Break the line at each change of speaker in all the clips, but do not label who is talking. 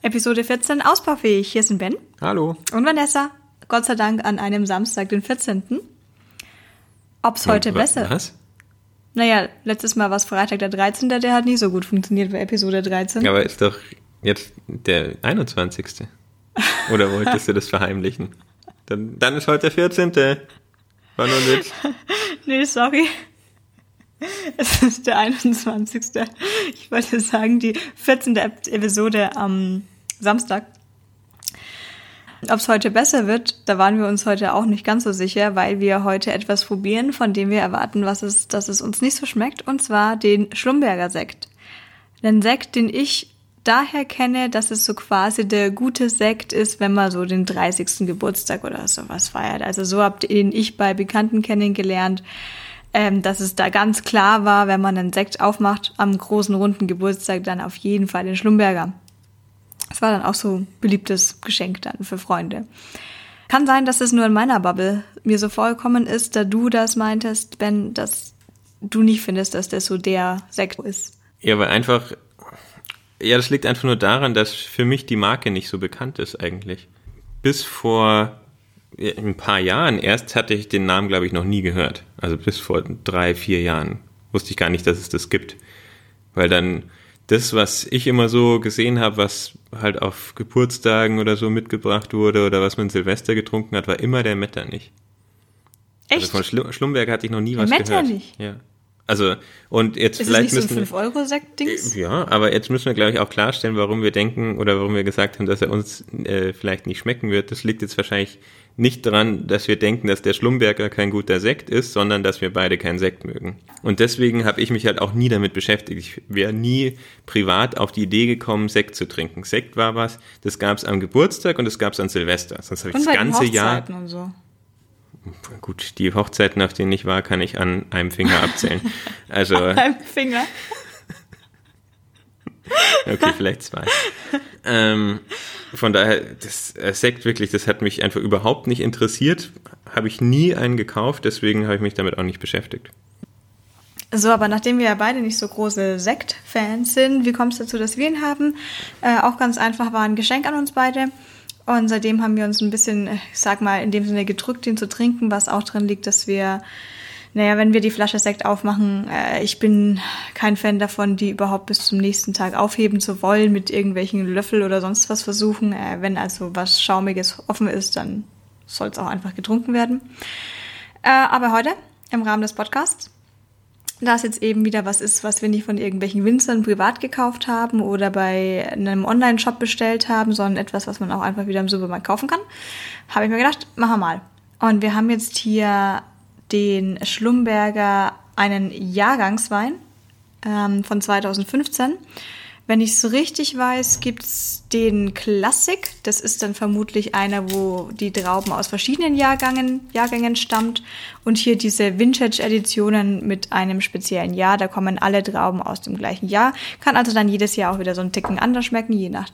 Episode 14, ausbaufähig. Hier sind Ben.
Hallo.
Und Vanessa. Gott sei Dank an einem Samstag, den 14. Ob's heute besser...
Was?
Naja, letztes Mal war es Freitag der 13., der hat nicht so gut funktioniert bei Episode 13.
Ja, aber ist doch jetzt der 21. Oder wolltest du das verheimlichen? Dann ist heute der 14. War nur nicht.
Nee, sorry. Es ist der 21. Ich wollte sagen, die 14. Episode am Samstag. Ob es heute besser wird, da waren wir uns heute auch nicht ganz so sicher, weil wir heute etwas probieren, von dem wir erwarten, dass es uns nicht so schmeckt, und zwar den Schlumberger Sekt. Einen Sekt, den ich daher kenne, dass es so quasi der gute Sekt ist, wenn man so den 30. Geburtstag oder sowas feiert. Also so habe ich bei Bekannten kennengelernt, dass es da ganz klar war, wenn man einen Sekt aufmacht am großen runden Geburtstag, dann auf jeden Fall den Schlumberger. Das war dann auch so ein beliebtes Geschenk dann für Freunde. Kann sein, dass es nur in meiner Bubble mir so vorgekommen ist, da du das meintest, Ben, dass du nicht findest, dass das so der Sekt ist.
Ja, aber einfach, ja, das liegt einfach nur daran, dass für mich die Marke nicht so bekannt ist eigentlich. Bis vor ein paar Jahren erst hatte ich den Namen, glaube ich, noch nie gehört. Also bis vor 3-4 Jahren wusste ich gar nicht, dass es das gibt. Weil dann das, was ich immer so gesehen habe, was halt auf Geburtstagen oder so mitgebracht wurde oder was man Silvester getrunken hat, war immer der Metternich.
Echt?
Also von Schlumberger hatte ich noch nie was gehört.
Metternich?
Ja. Also, und jetzt
ist
vielleicht
es nicht so ein 5-Euro-Sekt-Dings?
Ja, aber jetzt müssen wir, glaube ich, auch klarstellen, warum wir denken oder warum wir gesagt haben, dass er uns vielleicht nicht schmecken wird. Das liegt jetzt wahrscheinlich nicht daran, dass wir denken, dass der Schlumberger kein guter Sekt ist, sondern dass wir beide keinen Sekt mögen. Und deswegen habe ich mich halt auch nie damit beschäftigt. Ich wäre nie privat auf die Idee gekommen, Sekt zu trinken. Sekt war was, das gab es am Geburtstag und das gab es an Silvester. Sonst habe ich das ganze Jahr...
Und so.
Gut, die Hochzeiten, auf denen ich war, kann ich an einem Finger abzählen. Also,
an einem Finger?
Okay, vielleicht 2. Von daher, das Sekt wirklich, das hat mich einfach überhaupt nicht interessiert. Habe ich nie einen gekauft, deswegen habe ich mich damit auch nicht beschäftigt.
So, aber nachdem wir ja beide nicht so große Sekt-Fans sind, wie kommt es dazu, dass wir ihn haben? Auch ganz einfach, war ein Geschenk an uns beide. Und seitdem haben wir uns ein bisschen, ich sag mal, in dem Sinne gedrückt, den zu trinken, was auch drin liegt, dass wir, wenn wir die Flasche Sekt aufmachen, ich bin kein Fan davon, die überhaupt bis zum nächsten Tag aufheben zu wollen, mit irgendwelchen Löffel oder sonst was versuchen. Wenn also was Schaumiges offen ist, dann soll es auch einfach getrunken werden. Aber heute, im Rahmen des Podcasts, da es jetzt eben wieder was ist, was wir nicht von irgendwelchen Winzern privat gekauft haben oder bei einem Online-Shop bestellt haben, sondern etwas, was man auch einfach wieder im Supermarkt kaufen kann, habe ich mir gedacht, machen wir mal. Und wir haben jetzt hier den Schlumberger, einen Jahrgangswein von 2015. Wenn ich es richtig weiß, gibt's den Classic. Das ist dann vermutlich einer, wo die Trauben aus verschiedenen Jahrgängen stammt. Und hier diese Vintage-Editionen mit einem speziellen Jahr. Da kommen alle Trauben aus dem gleichen Jahr. Kann also dann jedes Jahr auch wieder so einen Ticken anders schmecken, je nach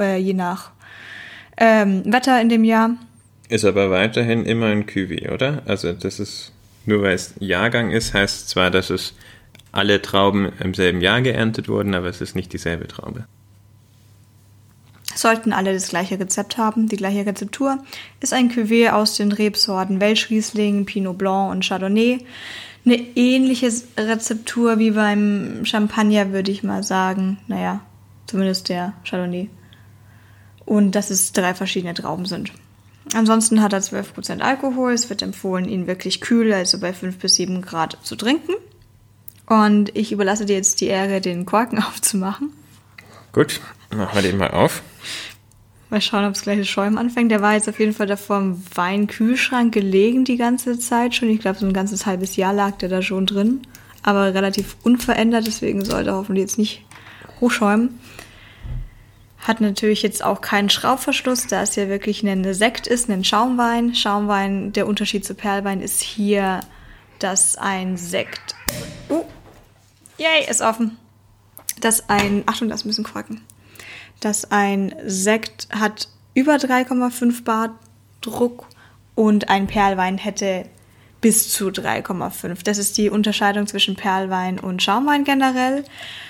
Wetter in dem Jahr.
Ist aber weiterhin immer ein Cuvée, oder? Also das ist, nur weil es Jahrgang ist, heißt zwar, dass es alle Trauben im selben Jahr geerntet wurden, aber es ist nicht dieselbe Traube.
Sollten alle das gleiche Rezept haben, die gleiche Rezeptur, ist ein Cuvée aus den Rebsorten Welschriesling, Pinot Blanc und Chardonnay. Eine ähnliche Rezeptur wie beim Champagner, würde ich mal sagen. Naja, zumindest der Chardonnay. Und dass es 3 verschiedene Trauben sind. Ansonsten hat er 12% Alkohol. Es wird empfohlen, ihn wirklich kühl, also bei 5 bis 7 Grad zu trinken. Und ich überlasse dir jetzt die Ehre, den Korken aufzumachen.
Gut, machen wir den mal auf.
Mal schauen, ob es gleich das Schäumen anfängt. Der war jetzt auf jeden Fall davor im Weinkühlschrank gelegen die ganze Zeit schon. Ich glaube, so ein ganzes halbes Jahr lag der da schon drin. Aber relativ unverändert, deswegen sollte er hoffentlich jetzt nicht hochschäumen. Hat natürlich jetzt auch keinen Schraubverschluss, da es ja wirklich ein Sekt ist, ein Schaumwein. Schaumwein, der Unterschied zu Perlwein ist hier, dass ein Sekt... Yay, ist offen. Achtung, da ist ein bisschen Korken. Dass ein Sekt hat über 3,5 Bar Druck und ein Perlwein hätte bis zu 3,5. Das ist die Unterscheidung zwischen Perlwein und Schaumwein generell.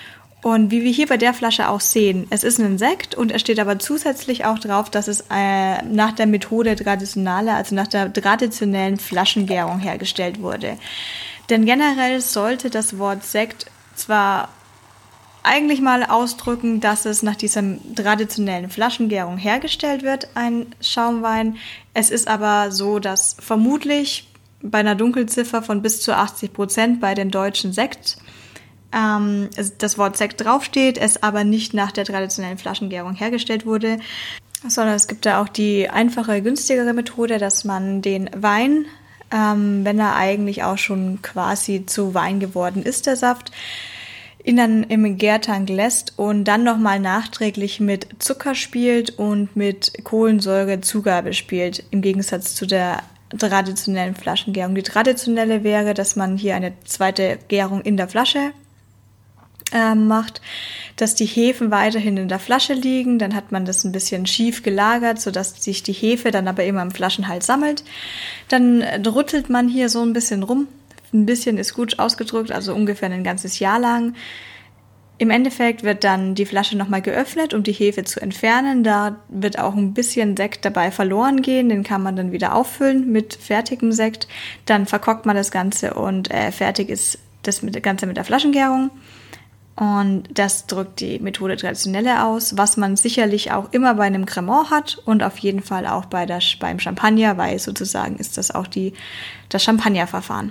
Und wie wir hier bei der Flasche auch sehen, es ist ein Sekt und es steht aber zusätzlich auch drauf, dass es nach der Methode Traditionale, also nach der traditionellen Flaschengärung hergestellt wurde. Denn generell sollte das Wort Sekt zwar eigentlich mal ausdrücken, dass es nach dieser traditionellen Flaschengärung hergestellt wird, ein Schaumwein. Es ist aber so, dass vermutlich bei einer Dunkelziffer von bis zu 80% bei den deutschen Sekt das Wort Sekt draufsteht, es aber nicht nach der traditionellen Flaschengärung hergestellt wurde, sondern es gibt da auch die einfache, günstigere Methode, dass man den Wein, wenn er eigentlich auch schon quasi zu Wein geworden ist, der Saft, ihn dann im Gärtank lässt und dann nochmal nachträglich mit Zucker spielt und mit Kohlensäurezugabe spielt, im Gegensatz zu der traditionellen Flaschengärung. Die traditionelle wäre, dass man hier eine zweite Gärung in der Flasche macht, dass die Hefen weiterhin in der Flasche liegen, dann hat man das ein bisschen schief gelagert, sodass sich die Hefe dann aber immer im Flaschenhals sammelt. Dann rüttelt man hier so ein bisschen rum. Ein bisschen ist gut ausgedrückt, also ungefähr ein ganzes Jahr lang. Im Endeffekt wird dann die Flasche nochmal geöffnet, um die Hefe zu entfernen. Da wird auch ein bisschen Sekt dabei verloren gehen, den kann man dann wieder auffüllen mit fertigem Sekt. Dann verkockt man das Ganze und fertig ist das Ganze mit der Flaschengärung. Und das drückt die Methode Traditionelle aus, was man sicherlich auch immer bei einem Cremant hat und auf jeden Fall auch beim Champagner, weil sozusagen ist das auch das Champagnerverfahren.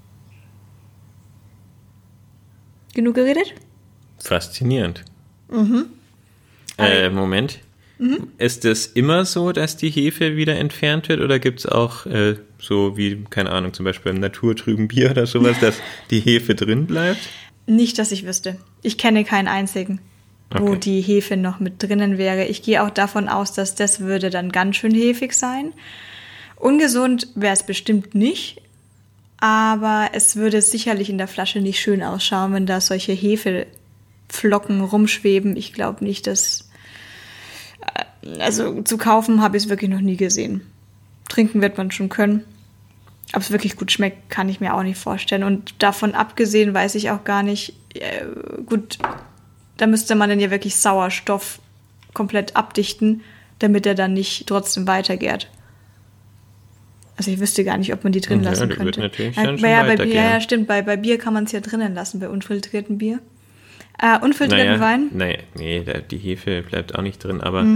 Genug geredet?
Faszinierend. Moment. Ist es immer so, dass die Hefe wieder entfernt wird oder gibt es auch so wie, keine Ahnung, zum Beispiel im naturtrüben Bier oder sowas, dass die Hefe drin bleibt?
Nicht, dass ich wüsste. Ich kenne keinen einzigen, wo die Hefe noch mit drinnen wäre. Ich gehe auch davon aus, dass das würde dann ganz schön hefig sein. Ungesund wäre es bestimmt nicht, aber es würde sicherlich in der Flasche nicht schön ausschauen, wenn da solche Hefeflocken rumschweben. Ich glaube nicht, dass... Also zu kaufen habe ich es wirklich noch nie gesehen. Trinken wird man schon können. Ob es wirklich gut schmeckt, kann ich mir auch nicht vorstellen. Und davon abgesehen weiß ich auch gar nicht, gut, da müsste man dann ja wirklich Sauerstoff komplett abdichten, damit er dann nicht trotzdem weitergärt. Also ich wüsste gar nicht, ob man die drin lassen könnte. Wird natürlich dann schon weitergären. Ja, stimmt, bei Bier kann man es ja drinnen lassen, bei unfiltriertem Bier. Unfiltrierten Wein?
Nee, die Hefe bleibt auch nicht drin, aber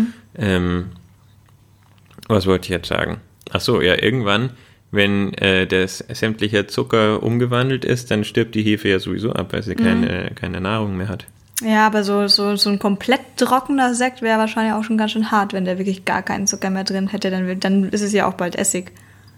was wollte ich jetzt sagen? Ach so, ja, irgendwann... Wenn das sämtliche Zucker umgewandelt ist, dann stirbt die Hefe ja sowieso ab, weil sie keine Nahrung mehr hat.
Ja, aber so ein komplett trockener Sekt wäre wahrscheinlich auch schon ganz schön hart, wenn der wirklich gar keinen Zucker mehr drin hätte. Dann ist es ja auch bald Essig.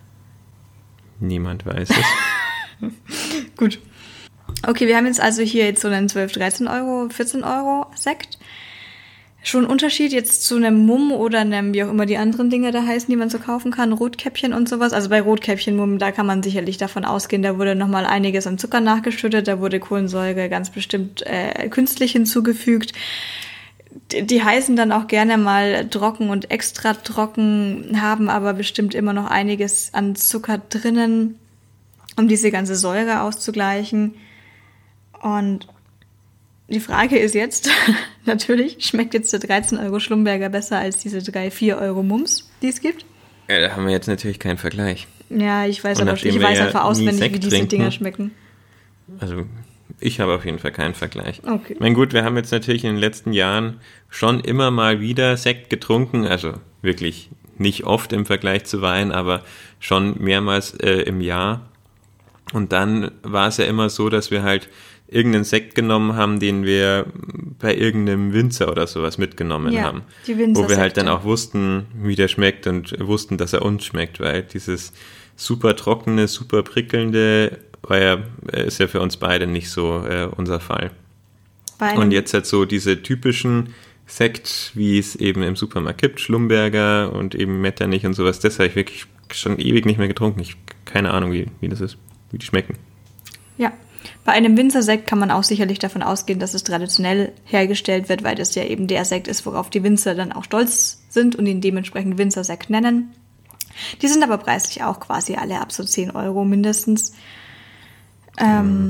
Niemand weiß es.
Gut. Okay, wir haben jetzt so einen 12, 13 Euro, 14 Euro Sekt. Schon ein Unterschied jetzt zu einem Mumm oder einem, wie auch immer die anderen Dinge da heißen, die man so kaufen kann, Rotkäppchen und sowas. Also bei Rotkäppchen, Mumm, da kann man sicherlich davon ausgehen, da wurde nochmal einiges an Zucker nachgeschüttet, da wurde Kohlensäure ganz bestimmt künstlich hinzugefügt. Die heißen dann auch gerne mal trocken und extra trocken, haben aber bestimmt immer noch einiges an Zucker drinnen, um diese ganze Säure auszugleichen. Und die Frage ist jetzt, natürlich, schmeckt jetzt der 13 Euro Schlumberger besser als diese 3, 4 Euro Mums, die es gibt?
Ja, da haben wir jetzt natürlich keinen Vergleich.
Ja, ich weiß einfach auswendig, wie diese Dinger schmecken.
Also, ich habe auf jeden Fall keinen Vergleich.
Okay.
Ich meine, gut, wir haben jetzt natürlich in den letzten Jahren schon immer mal wieder Sekt getrunken, also wirklich nicht oft im Vergleich zu Wein, aber schon mehrmals im Jahr. Und dann war es ja immer so, dass wir halt irgendeinen Sekt genommen haben, den wir bei irgendeinem Winzer oder sowas mitgenommen haben.
Die Winzer-Sekte.
Wo wir halt dann auch wussten, wie der schmeckt und wussten, dass er uns schmeckt, weil dieses super trockene, super prickelnde ist ja für uns beide nicht so unser Fall. Und jetzt halt so diese typischen Sekt, wie es eben im Supermarkt gibt, Schlumberger und eben Metternich und sowas, das habe ich wirklich schon ewig nicht mehr getrunken. Keine Ahnung, wie das ist, wie die schmecken.
Ja. Bei einem Winzersekt kann man auch sicherlich davon ausgehen, dass es traditionell hergestellt wird, weil das ja eben der Sekt ist, worauf die Winzer dann auch stolz sind und ihn dementsprechend Winzersekt nennen. Die sind aber preislich auch quasi alle ab so 10 Euro mindestens.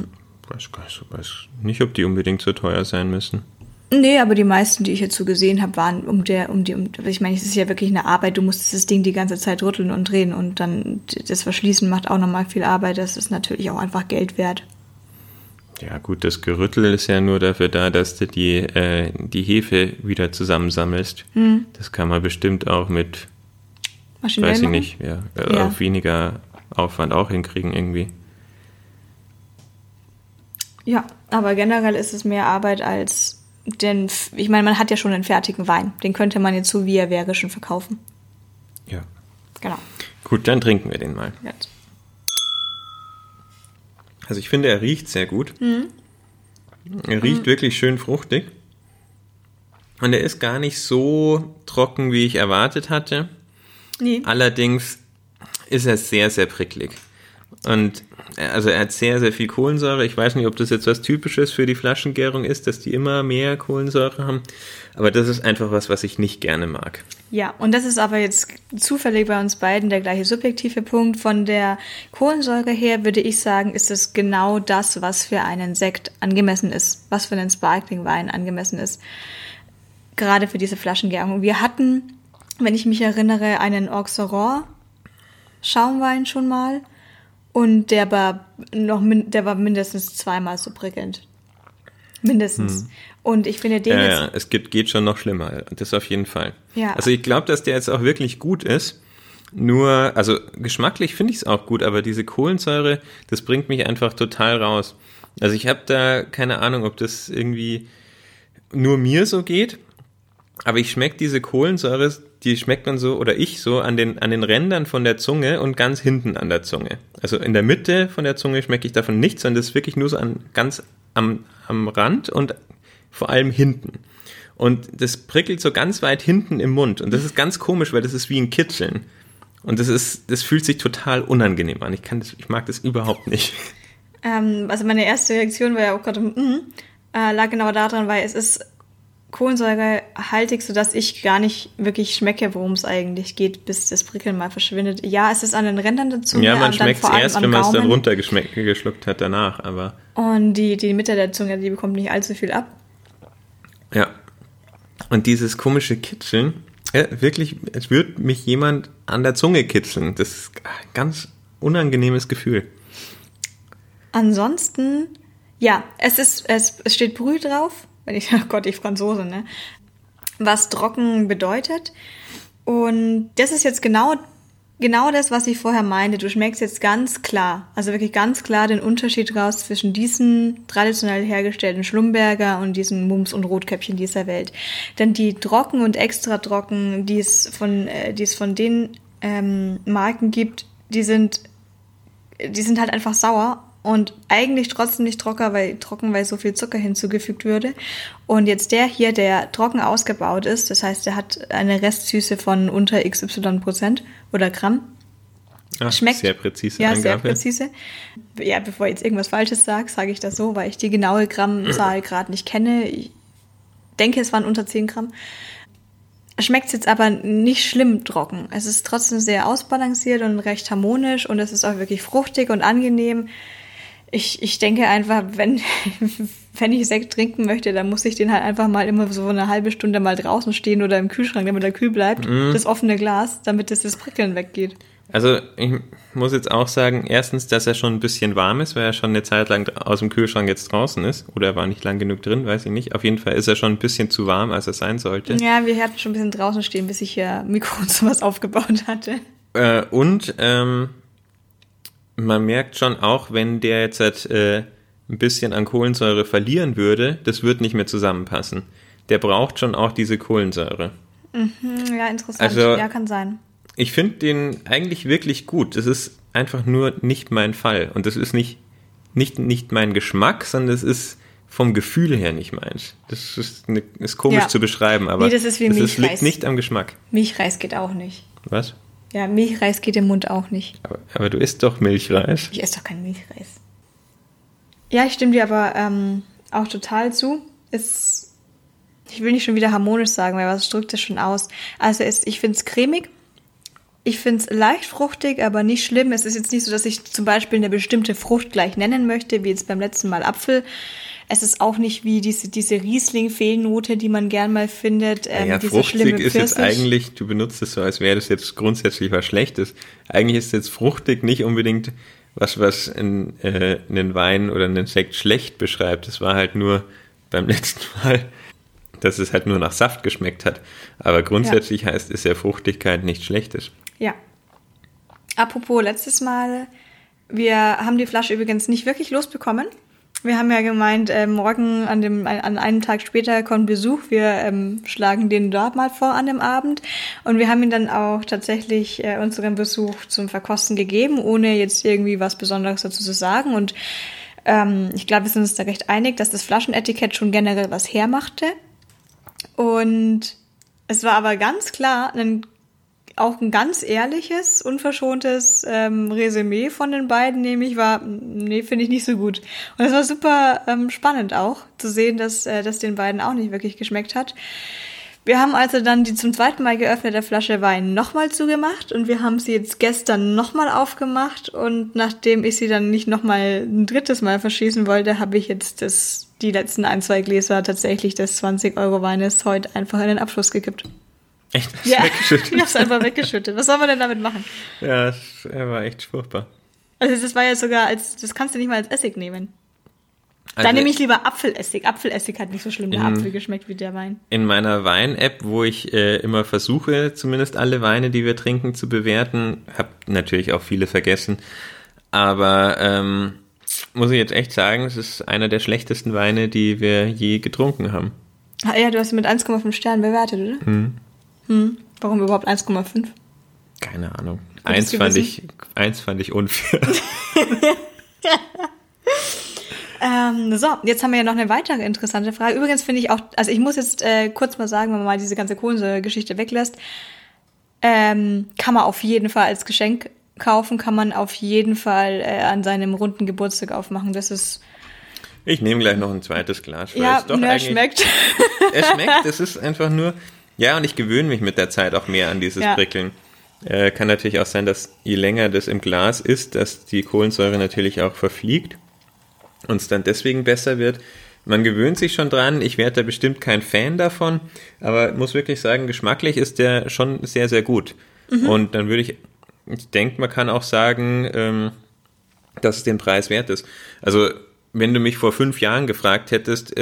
weiß nicht, ob die unbedingt so teuer sein müssen.
Nee, aber die meisten, die ich jetzt so gesehen habe, waren ich meine, es ist ja wirklich eine Arbeit, du musst das Ding die ganze Zeit rütteln und drehen und dann das Verschließen macht auch nochmal viel Arbeit, das ist natürlich auch einfach Geld wert.
Ja gut, das Gerüttel ist ja nur dafür da, dass du die Hefe wieder zusammensammelst. Das kann man bestimmt auch mit,
Maschinell
weiß ich
machen?
nicht, auf weniger Aufwand auch hinkriegen irgendwie.
Ja, aber generell ist es mehr Arbeit als ich meine, man hat ja schon einen fertigen Wein. Den könnte man jetzt so, wie er wäre, schon verkaufen.
Ja.
Genau.
Gut, dann trinken wir den mal.
Jetzt.
Also ich finde, er riecht sehr gut. Er riecht wirklich schön fruchtig. Und er ist gar nicht so trocken, wie ich erwartet hatte.
Nee.
Allerdings ist er sehr, sehr pricklig. Und also er hat sehr, sehr viel Kohlensäure. Ich weiß nicht, ob das jetzt was Typisches für die Flaschengärung ist, dass die immer mehr Kohlensäure haben. Aber das ist einfach was ich nicht gerne mag.
Ja, und das ist aber jetzt zufällig bei uns beiden der gleiche subjektive Punkt. Von der Kohlensäure her würde ich sagen, ist es genau das, was für einen Sekt angemessen ist, was für einen Sparkling-Wein angemessen ist. Gerade für diese Flaschengärung. Wir hatten, wenn ich mich erinnere, einen Auxerrois Schaumwein schon mal. Und der war mindestens zweimal so prickelnd. Mindestens. Und ich finde den jetzt...
Ja, es geht schon noch schlimmer. Das auf jeden Fall.
Ja.
Also ich glaube, dass der jetzt auch wirklich gut ist. Nur, also geschmacklich finde ich es auch gut, aber diese Kohlensäure, das bringt mich einfach total raus. Also ich habe da keine Ahnung, ob das irgendwie nur mir so geht. Aber ich schmecke diese Kohlensäure, die schmeckt man so, oder ich so, an den Rändern von der Zunge und ganz hinten an der Zunge. Also in der Mitte von der Zunge schmecke ich davon nichts, sondern das ist wirklich nur so ganz am Rand und vor allem hinten. Und das prickelt so ganz weit hinten im Mund. Und das ist ganz komisch, weil das ist wie ein Kitzeln. Und das fühlt sich total unangenehm an. Ich mag das überhaupt nicht.
Also meine erste Reaktion war ja auch gerade, lag genau daran, weil es ist kohlensäurehaltig, sodass ich gar nicht wirklich schmecke, worum es eigentlich geht, bis das Prickeln mal verschwindet. Ja, es ist an den Rändern der Zunge.
Ja, man schmeckt es erst, wenn man es dann
Gaumen.
runtergeschluckt hat danach, aber...
Und die Mitte der Zunge, die bekommt nicht allzu viel ab.
Ja. Und dieses komische Kitzeln, wirklich, es würde mich jemand an der Zunge kitzeln. Das ist ein ganz unangenehmes Gefühl.
Ansonsten, ja, es steht Brü drauf. Ach Gott, ich Franzose, ne? Was trocken bedeutet. Und das ist jetzt genau das, was ich vorher meinte. Du schmeckst jetzt ganz klar, also wirklich ganz klar den Unterschied raus zwischen diesen traditionell hergestellten Schlumberger und diesen Mums- und Rotkäppchen dieser Welt. Denn die trocken und extra trocken, die es von den Marken gibt, die sind halt einfach sauer. Und eigentlich trotzdem nicht trocken, weil so viel Zucker hinzugefügt würde. Und jetzt der hier, der trocken ausgebaut ist, das heißt, der hat eine Restsüße von unter XY% oder Gramm.
Ach,
schmeckt
sehr präzise
ja,
Angabe.
sehr präzise. Ja, bevor ich jetzt irgendwas Falsches sage ich das so, weil ich die genaue Grammzahl gerade nicht kenne. Ich denke, es waren unter 10 Gramm. Schmeckt es jetzt aber nicht schlimm trocken. Es ist trotzdem sehr ausbalanciert und recht harmonisch und es ist auch wirklich fruchtig und angenehm. Ich denke einfach, wenn ich Sekt trinken möchte, dann muss ich den halt einfach mal immer so eine halbe Stunde mal draußen stehen oder im Kühlschrank, damit er kühl bleibt, das offene Glas, damit das Prickeln weggeht.
Also ich muss jetzt auch sagen, erstens, dass er schon ein bisschen warm ist, weil er schon eine Zeit lang aus dem Kühlschrank jetzt draußen ist. Oder er war nicht lang genug drin, weiß ich nicht. Auf jeden Fall ist er schon ein bisschen zu warm, als er sein sollte.
Ja, wir hatten schon ein bisschen draußen stehen, bis ich hier Mikro und sowas aufgebaut hatte.
Man merkt schon auch, wenn der jetzt ein bisschen an Kohlensäure verlieren würde, das wird nicht mehr zusammenpassen. Der braucht schon auch diese Kohlensäure.
Ja, interessant.
Also,
ja, kann sein.
Ich finde den eigentlich wirklich gut. Das ist einfach nur nicht mein Fall. Und das ist nicht mein Geschmack, sondern es ist vom Gefühl her nicht meins. Das ist komisch zu beschreiben, aber
nee, das ist wie Milchreis.
Liegt nicht am Geschmack.
Milchreis geht auch nicht.
Was?
Ja, Milchreis geht im Mund auch nicht.
Aber du isst doch Milchreis.
Ich esse doch keinen Milchreis. Ja, ich stimme dir aber auch total zu. Ich will nicht schon wieder harmonisch sagen, weil was drückt das schon aus? Also ich finde es cremig. Ich finde es leicht fruchtig, aber nicht schlimm. Es ist jetzt nicht so, dass ich zum Beispiel eine bestimmte Frucht gleich nennen möchte, wie jetzt beim letzten Mal Apfel. Es ist auch nicht wie diese Riesling-Fehlnote, die man gern mal findet.
Diese fruchtig ist jetzt eigentlich, du benutzt es so, als wäre das jetzt grundsätzlich was Schlechtes. Eigentlich ist jetzt fruchtig nicht unbedingt was einen Wein oder einen Sekt schlecht beschreibt. Es war halt nur beim letzten Mal, dass es halt nur nach Saft geschmeckt hat. Aber grundsätzlich heißt es ja Fruchtigkeit nichts Schlechtes.
Ja. Apropos letztes Mal, wir haben die Flasche übrigens nicht wirklich losbekommen. Wir haben ja gemeint, morgen an einem Tag später kommt Besuch. Wir schlagen den dort mal vor an dem Abend. Und wir haben ihn dann auch tatsächlich unseren Besuch zum Verkosten gegeben, ohne jetzt irgendwie was Besonderes dazu zu sagen. Und ich glaube, wir sind uns da recht einig, dass das Flaschenetikett schon generell was hermachte. Und es war aber ganz klar auch ein ganz ehrliches, unverschontes Resümee von den beiden, nämlich finde ich nicht so gut. Und es war super spannend auch, zu sehen, dass den beiden auch nicht wirklich geschmeckt hat. Wir haben also dann die zum zweiten Mal geöffnete Flasche Wein nochmal zugemacht und wir haben sie jetzt gestern nochmal aufgemacht und nachdem ich sie dann nicht nochmal ein drittes Mal verschießen wollte, habe ich jetzt die letzten 1-2 Gläser tatsächlich des 20-Euro-Weines heute einfach in den Abfluss gekippt.
Echt?
Ja, ich hab's einfach weggeschüttet. Was soll man denn damit machen?
Ja, er war echt furchtbar.
Also das war ja sogar das kannst du nicht mal als Essig nehmen. Also dann nehme ich lieber Apfelessig. Apfelessig hat nicht so schlimm der Apfel geschmeckt wie der Wein.
In meiner Wein-App, wo ich immer versuche, zumindest alle Weine, die wir trinken, zu bewerten, habe natürlich auch viele vergessen, aber muss ich jetzt echt sagen, es ist einer der schlechtesten Weine, die wir je getrunken haben.
Ah ja, du hast ihn mit 1,5 Sternen bewertet, oder? Warum überhaupt 1,5?
Keine Ahnung. Eins fand ich unfair.
So, jetzt haben wir ja noch eine weitere interessante Frage. Übrigens finde ich auch, also ich muss jetzt kurz mal sagen, wenn man mal diese ganze Kohlensäure-Geschichte weglässt, kann man auf jeden Fall als Geschenk kaufen, kann man auf jeden Fall an seinem runden Geburtstag aufmachen. Das ist...
Ich nehme gleich noch ein zweites Glas.
Ja, es schmeckt.
Es schmeckt, es ist einfach nur... Ja, und ich gewöhne mich mit der Zeit auch mehr an dieses Prickeln. Kann natürlich auch sein, dass je länger das im Glas ist, dass die Kohlensäure natürlich auch verfliegt und es dann deswegen besser wird. Man gewöhnt sich schon dran. Ich werde da bestimmt kein Fan davon, aber muss wirklich sagen, geschmacklich ist der schon sehr, sehr gut. Und dann ich denke, man kann auch sagen, dass es den Preis wert ist. Also, wenn du mich vor 5 Jahren gefragt hättest,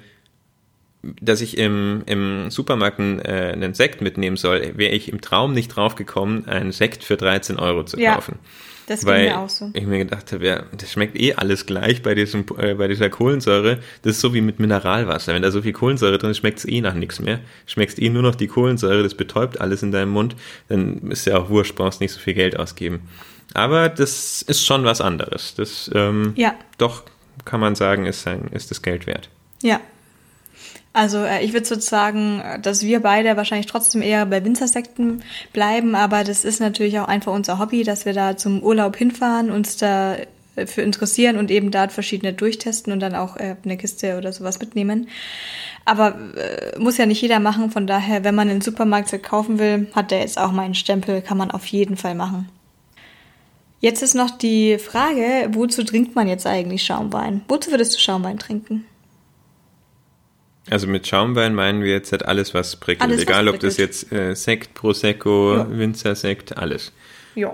dass ich im Supermarkt einen Sekt mitnehmen soll, wäre ich im Traum nicht drauf gekommen, einen Sekt für 13 Euro zu kaufen.
Das ging mir auch so.
Ich mir gedacht habe, ja, das schmeckt alles gleich bei dieser Kohlensäure. Das ist so wie mit Mineralwasser. Wenn da so viel Kohlensäure drin ist, schmeckt es nach nichts mehr. Schmeckst nur noch die Kohlensäure, das betäubt alles in deinem Mund. Dann ist ja auch wurscht, brauchst nicht so viel Geld ausgeben. Aber das ist schon was anderes. Das, doch, kann man sagen, ist das Geld wert.
Ja. Also ich würde sozusagen, dass wir beide wahrscheinlich trotzdem eher bei Winzersekten bleiben, aber das ist natürlich auch einfach unser Hobby, dass wir da zum Urlaub hinfahren, uns da für interessieren und eben da verschiedene durchtesten und dann auch eine Kiste oder sowas mitnehmen. Aber muss ja nicht jeder machen, von daher, wenn man einen Supermarktsekt kaufen will, hat der jetzt auch mal einen Stempel, kann man auf jeden Fall machen. Jetzt ist noch die Frage, wozu trinkt man jetzt eigentlich Schaumwein? Wozu würdest du Schaumwein trinken?
Also mit Schaumwein meinen wir jetzt halt alles, was prickelt.
Alles,
egal,
was
ob das jetzt Sekt, Prosecco, Winzersekt, alles.
Ja.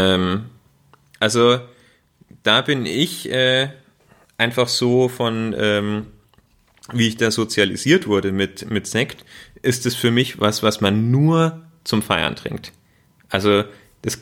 Also da bin ich einfach so von, wie ich da sozialisiert wurde mit Sekt, ist es für mich was man nur zum Feiern trinkt. Also das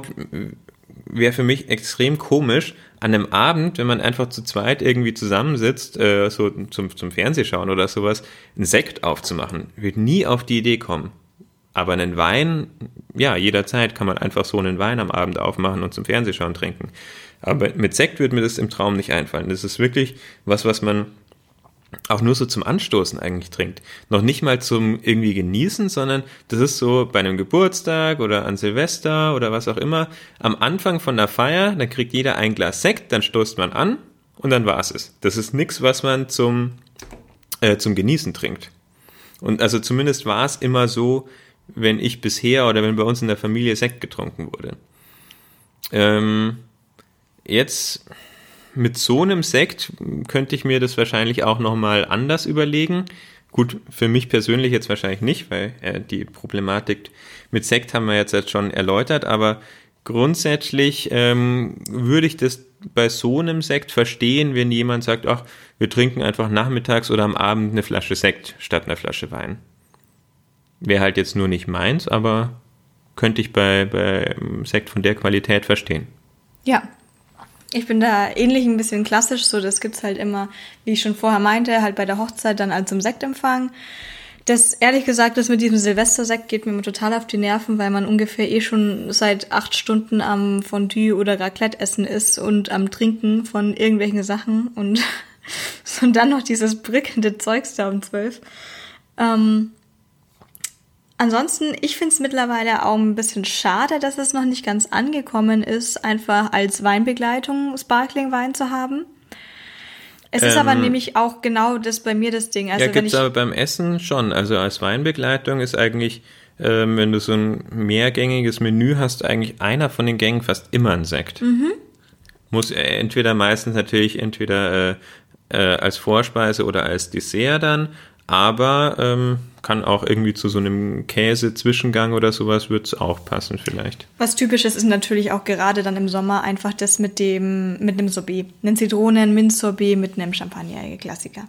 wäre für mich extrem komisch, an einem Abend, wenn man einfach zu zweit irgendwie zusammensitzt, so zum Fernsehschauen oder sowas, einen Sekt aufzumachen. Würde nie auf die Idee kommen. Aber einen Wein, ja, jederzeit kann man einfach so einen Wein am Abend aufmachen und zum Fernsehschauen trinken. Aber mit Sekt würde mir das im Traum nicht einfallen. Das ist wirklich was man auch nur so zum Anstoßen eigentlich trinkt. Noch nicht mal zum irgendwie genießen, sondern das ist so bei einem Geburtstag oder an Silvester oder was auch immer. Am Anfang von der Feier, dann kriegt jeder ein Glas Sekt, dann stoßt man an und dann war's es. Das ist nichts, was man zum Genießen trinkt. Und also zumindest war es immer so, wenn ich bisher oder wenn bei uns in der Familie Sekt getrunken wurde. Jetzt mit so einem Sekt könnte ich mir das wahrscheinlich auch nochmal anders überlegen. Gut, für mich persönlich jetzt wahrscheinlich nicht, weil die Problematik mit Sekt haben wir jetzt schon erläutert, aber grundsätzlich würde ich das bei so einem Sekt verstehen, wenn jemand sagt, ach, wir trinken einfach nachmittags oder am Abend eine Flasche Sekt statt einer Flasche Wein. Wäre halt jetzt nur nicht meins, aber könnte ich bei Sekt von der Qualität verstehen.
Ja, ich bin da ähnlich ein bisschen klassisch, so das gibt's halt immer, wie ich schon vorher meinte, halt bei der Hochzeit dann als zum Sektempfang. Das, ehrlich gesagt, das mit diesem Silvestersekt geht mir immer total auf die Nerven, weil man ungefähr schon seit 8 Stunden am Fondue oder Raclette essen ist und am Trinken von irgendwelchen Sachen und dann noch dieses prickelnde Zeugs da um 12. Ansonsten, ich finde es mittlerweile auch ein bisschen schade, dass es noch nicht ganz angekommen ist, einfach als Weinbegleitung Sparkling-Wein zu haben. Es ist aber nämlich auch genau das bei mir das Ding. Also
ja, gibt's aber beim Essen schon. Also als Weinbegleitung ist eigentlich, wenn du so ein mehrgängiges Menü hast, eigentlich einer von den Gängen fast immer ein Sekt. Muss meistens natürlich als Vorspeise oder als Dessert dann, aber kann auch irgendwie zu so einem Käse-Zwischengang oder sowas wird es auch passen vielleicht.
Was typisches ist natürlich auch gerade dann im Sommer einfach das mit einem Sorbet. Einen Zitronen-Minz-Sorbet mit einem Champagner, Klassiker.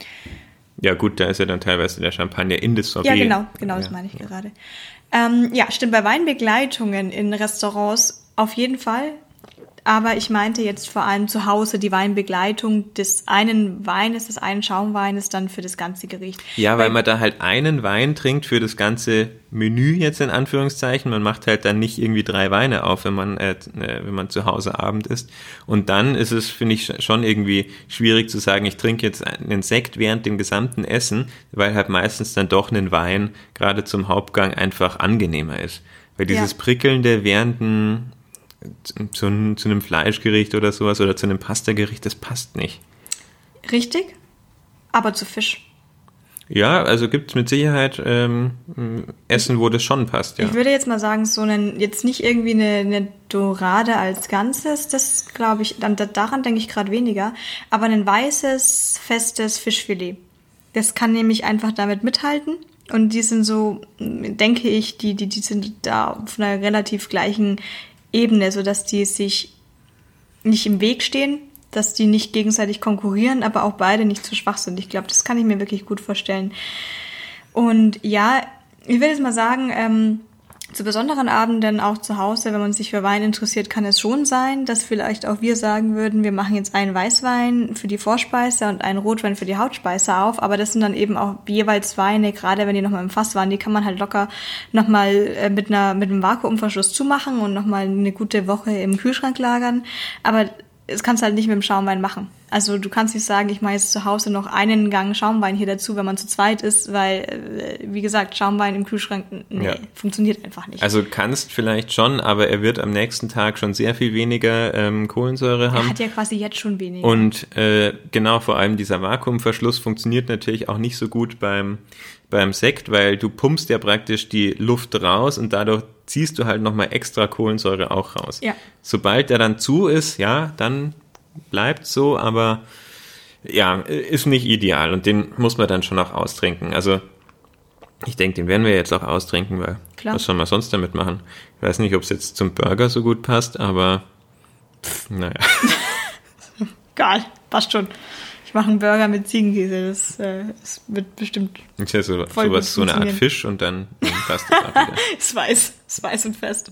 Ja gut, da ist ja dann teilweise der Champagner in das Sorbet.
Ja, genau, das meine ich gerade. Ja, stimmt, bei Weinbegleitungen in Restaurants auf jeden Fall. Aber ich meinte jetzt vor allem zu Hause die Weinbegleitung des einen Weines, des einen Schaumweines dann für das ganze Gericht.
Ja, weil man da halt einen Wein trinkt für das ganze Menü jetzt in Anführungszeichen. Man macht halt dann nicht irgendwie 3 Weine auf, wenn man zu Hause Abend isst. Und dann ist es, finde ich, schon irgendwie schwierig zu sagen, ich trinke jetzt einen Sekt während dem gesamten Essen, weil halt meistens dann doch ein Wein gerade zum Hauptgang einfach angenehmer ist. Weil dieses Prickelnde während zu einem Fleischgericht oder sowas oder zu einem Pastagericht, das passt nicht.
Richtig, aber zu Fisch.
Ja, also gibt es mit Sicherheit Essen, wo das schon passt, ja.
Ich würde jetzt mal sagen, jetzt nicht irgendwie eine Dorade als Ganzes, das glaube ich, daran denke ich gerade weniger, aber ein weißes, festes Fischfilet. Das kann nämlich einfach damit mithalten. Und die sind so, denke ich, die sind da auf einer relativ gleichen Ebene, sodass die sich nicht im Weg stehen, dass die nicht gegenseitig konkurrieren, aber auch beide nicht zu schwach sind. Ich glaube, das kann ich mir wirklich gut vorstellen. Und ja, ich will jetzt mal sagen, zu besonderen Abenden auch zu Hause, wenn man sich für Wein interessiert, kann es schon sein, dass vielleicht auch wir sagen würden, wir machen jetzt einen Weißwein für die Vorspeise und einen Rotwein für die Hauptspeise auf, aber das sind dann eben auch jeweils Weine, gerade wenn die nochmal im Fass waren, die kann man halt locker nochmal mit einem Vakuumverschluss zumachen und nochmal eine gute Woche im Kühlschrank lagern, aber das kannst du halt nicht mit dem Schaumwein machen. Also du kannst nicht sagen, ich mache jetzt zu Hause noch einen Gang Schaumwein hier dazu, wenn man zu zweit ist, weil, wie gesagt, Schaumwein im Kühlschrank, funktioniert einfach nicht.
Also kannst vielleicht schon, aber er wird am nächsten Tag schon sehr viel weniger Kohlensäure haben.
Er hat ja quasi jetzt schon weniger.
Und genau, vor allem dieser Vakuumverschluss funktioniert natürlich auch nicht so gut beim Sekt, weil du pumpst ja praktisch die Luft raus und dadurch ziehst du halt nochmal extra Kohlensäure auch raus.
Ja.
Sobald der dann zu ist, ja, dann bleibt so, aber ja, ist nicht ideal und den muss man dann schon auch austrinken. Also ich denke, den werden wir jetzt auch austrinken, weil was soll man sonst damit machen? Ich weiß nicht, ob es jetzt zum Burger so gut passt, aber naja.
Egal, passt schon. Ich mache einen Burger mit Ziegenkäse, das wird bestimmt
ist ja so eine Art Fisch und dann passt das auch wieder.
ist weiß und fest.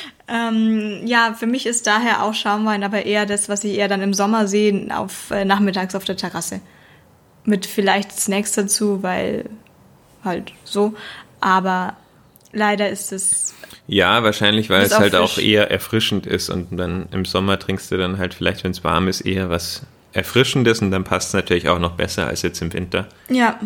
Ja, für mich ist daher auch Schaumwein aber eher das, was ich eher dann im Sommer sehe, nachmittags auf der Terrasse. Mit vielleicht Snacks dazu, weil halt so. Aber leider ist es...
Ja, wahrscheinlich, weil es halt
Fisch.
auch eher erfrischend ist und dann im Sommer trinkst du dann halt vielleicht, wenn es warm ist, eher was Erfrischendes und dann passt es natürlich auch noch besser als jetzt im Winter.
Ja.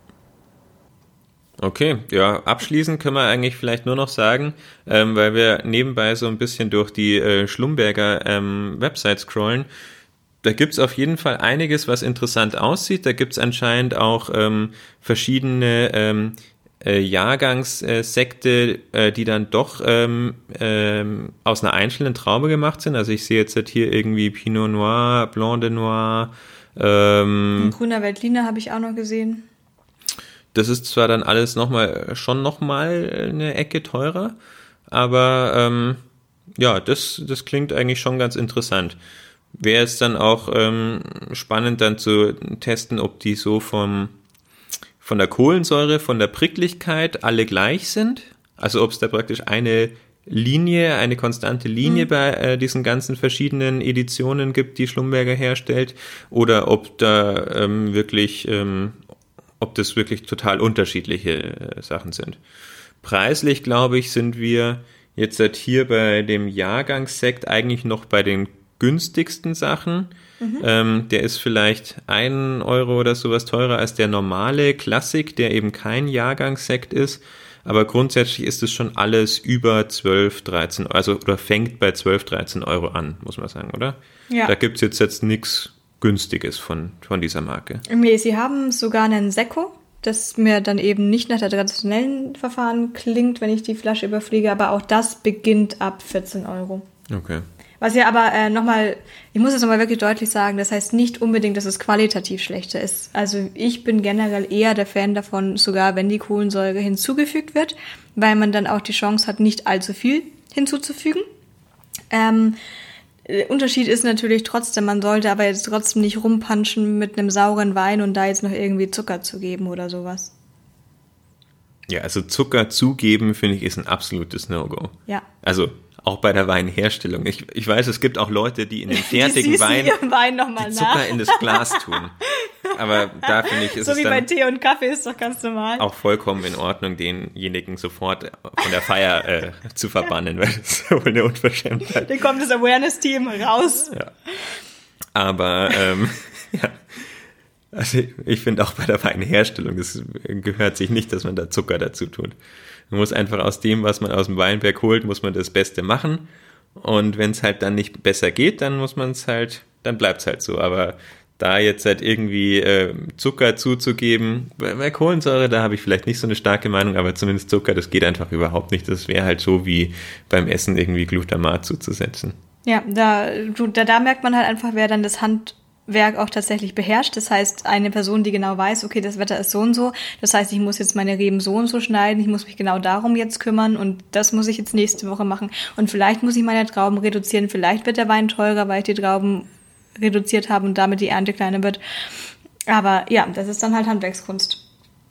Okay, ja, abschließend können wir eigentlich vielleicht nur noch sagen, weil wir nebenbei so ein bisschen durch die Schlumberger Website scrollen, da gibt's auf jeden Fall einiges, was interessant aussieht. Da gibt's anscheinend auch verschiedene Jahrgangssekte, die dann doch aus einer einzelnen Traube gemacht sind. Also ich sehe jetzt halt hier irgendwie Pinot Noir, Blanc de Noir.
Grüner Veltliner habe ich auch noch gesehen.
Das ist zwar dann alles schon nochmal eine Ecke teurer, aber ja, das klingt eigentlich schon ganz interessant. Wäre es dann auch spannend dann zu testen, ob die so von der Kohlensäure, von der Pricklichkeit alle gleich sind. Also ob es da praktisch eine konstante Linie bei diesen ganzen verschiedenen Editionen gibt, die Schlumberger herstellt, oder ob da ob das wirklich total unterschiedliche Sachen sind. Preislich, glaube ich, sind wir jetzt halt hier bei dem Jahrgangssekt eigentlich noch bei den günstigsten Sachen. Der ist vielleicht 1 Euro oder sowas teurer als der normale Klassik, der eben kein Jahrgangssekt ist. Aber grundsätzlich ist es schon alles über 12, 13 Euro, also oder fängt bei 12, 13 Euro an, muss man sagen, oder?
Ja.
Da gibt es jetzt nichts Günstiges von dieser Marke.
Nee, sie haben sogar einen Sekko, das mir dann eben nicht nach der traditionellen Verfahren klingt, wenn ich die Flasche überfliege, aber auch das beginnt ab 14 Euro.
Okay.
Was ja aber nochmal, ich muss es nochmal wirklich deutlich sagen, das heißt nicht unbedingt, dass es qualitativ schlechter ist. Also ich bin generell eher der Fan davon, sogar wenn die Kohlensäure hinzugefügt wird, weil man dann auch die Chance hat, nicht allzu viel hinzuzufügen. Der Unterschied ist natürlich trotzdem, man sollte aber jetzt trotzdem nicht rumpanschen mit einem sauren Wein und da jetzt noch irgendwie Zucker zu geben oder sowas.
Ja, also Zucker zugeben, finde ich, ist ein absolutes No-Go.
Ja.
Also auch bei der Weinherstellung. Ich weiß, es gibt auch Leute, die in den fertigen
Wein noch mal
die Zucker in das Glas tun. Aber da finde ich, ist
so
es
wie
dann
bei Tee und Kaffee ist doch ganz normal.
Auch vollkommen in Ordnung, denjenigen sofort von der Feier zu verbannen, weil das ist wohl eine Unverschämtheit.
Dann kommt das Awareness-Team raus.
Ja. Aber ja. Also ich finde auch bei der Weinherstellung, das gehört sich nicht, dass man da Zucker dazu tut. Man muss einfach aus dem, was man aus dem Weinberg holt, muss man das Beste machen. Und wenn es halt dann nicht besser geht, dann dann bleibt es halt so. Aber da jetzt halt irgendwie Zucker zuzugeben, bei Kohlensäure, da habe ich vielleicht nicht so eine starke Meinung, aber zumindest Zucker, das geht einfach überhaupt nicht. Das wäre halt so wie beim Essen irgendwie Glutamat zuzusetzen.
Ja, da merkt man halt einfach, wer dann das Handwerk auch tatsächlich beherrscht. Das heißt, eine Person, die genau weiß, okay, das Wetter ist so und so. Das heißt, ich muss jetzt meine Reben so und so schneiden. Ich muss mich genau darum jetzt kümmern und das muss ich jetzt nächste Woche machen. Und vielleicht muss ich meine Trauben reduzieren. Vielleicht wird der Wein teurer, weil ich die Trauben reduziert habe und damit die Ernte kleiner wird. Aber ja, das ist dann halt Handwerkskunst.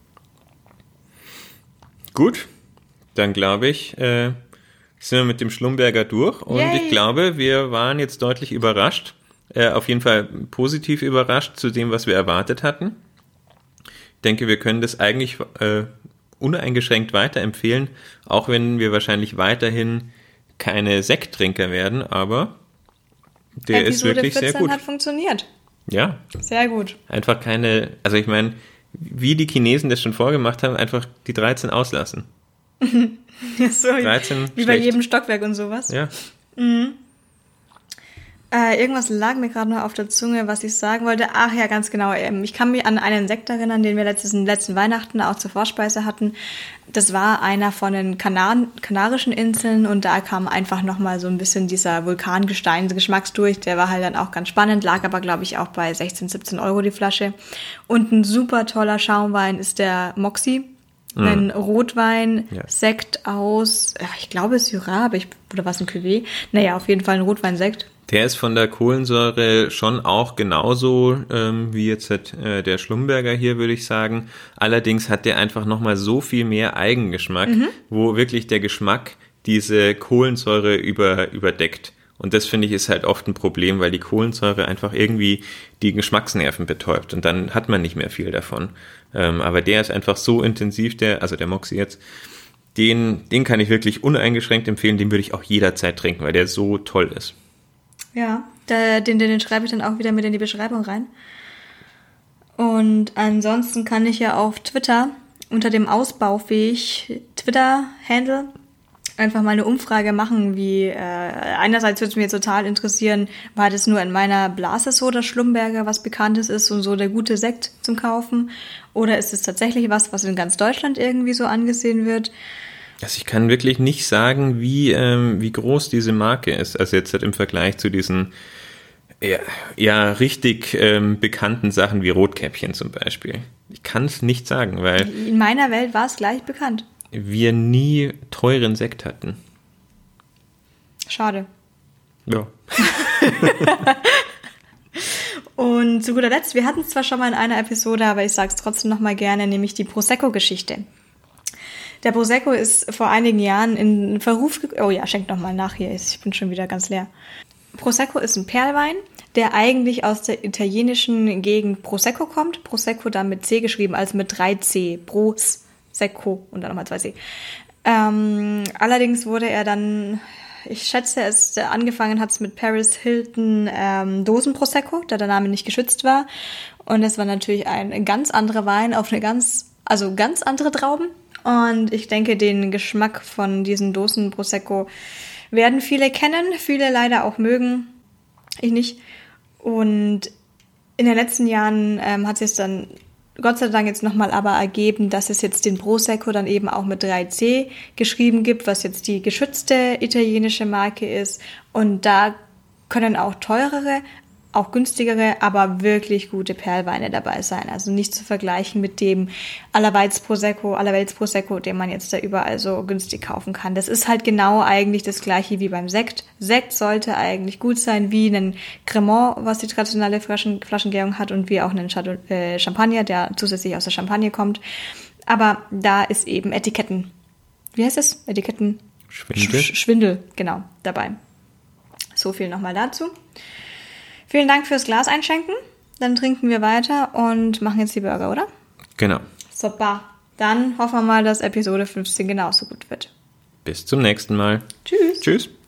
Gut, dann glaube ich, sind wir mit dem Schlumberger durch. Und
Yay.
Ich glaube, wir waren jetzt deutlich überrascht. Auf jeden Fall positiv überrascht zu dem, was wir erwartet hatten. Ich denke, wir können das eigentlich uneingeschränkt weiterempfehlen, auch wenn wir wahrscheinlich weiterhin keine Sekttrinker werden, aber der ist wirklich sehr gut.
Hat funktioniert.
Ja.
Sehr gut.
Einfach also ich meine, wie die Chinesen das schon vorgemacht haben, einfach die 13 auslassen.
Ja, so
13
wie bei jedem Stockwerk und sowas.
Ja.
Mhm. Irgendwas lag mir gerade noch auf der Zunge, was ich sagen wollte. Ach ja, ganz genau. Ich kann mich an einen Sekt erinnern, den wir letzten Weihnachten auch zur Vorspeise hatten. Das war einer von den Kanarischen Inseln und da kam einfach nochmal so ein bisschen dieser Vulkangesteinsgeschmacks durch. Der war halt dann auch ganz spannend, lag aber, glaube ich, auch bei 16, 17 Euro die Flasche. Und ein super toller Schaumwein ist der Moxie. Ein Rotwein, ja. Sekt aus, ich glaube Syrah, oder was, ein Cuvée? Naja, auf jeden Fall ein Rotweinsekt.
Der ist von der Kohlensäure schon auch genauso wie jetzt der Schlumberger hier, würde ich sagen. Allerdings hat der einfach nochmal so viel mehr Eigengeschmack, wo wirklich der Geschmack diese Kohlensäure überdeckt. Und das, finde ich, ist halt oft ein Problem, weil die Kohlensäure einfach irgendwie die Geschmacksnerven betäubt und dann hat man nicht mehr viel davon. Aber der ist einfach so intensiv, der Moxie jetzt, den kann ich wirklich uneingeschränkt empfehlen, den würde ich auch jederzeit trinken, weil der so toll ist.
Ja, den schreibe ich dann auch wieder mit in die Beschreibung rein. Und ansonsten kann ich ja auf Twitter unter dem Ausbaufähig Twitter-Handle einfach mal eine Umfrage machen, wie einerseits würde es mich jetzt total interessieren, war das nur in meiner Blase so, dass Schlumberger was Bekanntes ist und so der gute Sekt zum Kaufen? Oder ist es tatsächlich was in ganz Deutschland irgendwie so angesehen wird?
Also ich kann wirklich nicht sagen, wie groß diese Marke ist. Also jetzt halt im Vergleich zu diesen richtig bekannten Sachen wie Rotkäppchen zum Beispiel. Ich kann es nicht sagen, weil
in meiner Welt war es gleich bekannt.
Wir nie teuren Sekt hatten.
Schade.
Ja.
Und zu guter Letzt, wir hatten es zwar schon mal in einer Episode, aber ich sage es trotzdem noch mal gerne, nämlich die Prosecco-Geschichte. Der Prosecco ist vor einigen Jahren in Verruf oh ja, schenkt noch mal nach hier, ich bin schon wieder ganz leer. Prosecco ist ein Perlwein, der eigentlich aus der italienischen Gegend Prosecco kommt. Prosecco dann mit C geschrieben, also mit 3C. Prosecco und dann nochmal 2C. Allerdings wurde er dann, ich schätze, angefangen hat es mit Paris Hilton Dosen Prosecco, da der Name nicht geschützt war. Und es war natürlich ein ganz anderer Wein auf eine ganz andere Trauben. Und ich denke, den Geschmack von diesen Dosen Prosecco werden viele kennen, viele leider auch mögen. Ich nicht. Und in den letzten Jahren hat sich dann Gott sei Dank jetzt nochmal aber ergeben, dass es jetzt den Prosecco dann eben auch mit 3C geschrieben gibt, was jetzt die geschützte italienische Marke ist. Und da können auch teurere, auch günstigere, aber wirklich gute Perlweine dabei sein. Also nicht zu vergleichen mit dem allerwelts Prosecco, den man jetzt da überall so günstig kaufen kann. Das ist halt genau eigentlich das Gleiche wie beim Sekt. Sekt sollte eigentlich gut sein, wie ein Cremant, was die traditionelle Flaschengärung hat, und wie auch ein Champagner, der zusätzlich aus der Champagne kommt. Aber da ist eben Etiketten. Wie heißt es? Etiketten? Schwindel, genau, dabei. So viel nochmal dazu. Vielen Dank fürs Glas einschenken. Dann trinken wir weiter und machen jetzt die Burger, oder?
Genau.
Super. Dann hoffen wir mal, dass Episode 15 genauso gut wird.
Bis zum nächsten Mal.
Tschüss.
Tschüss.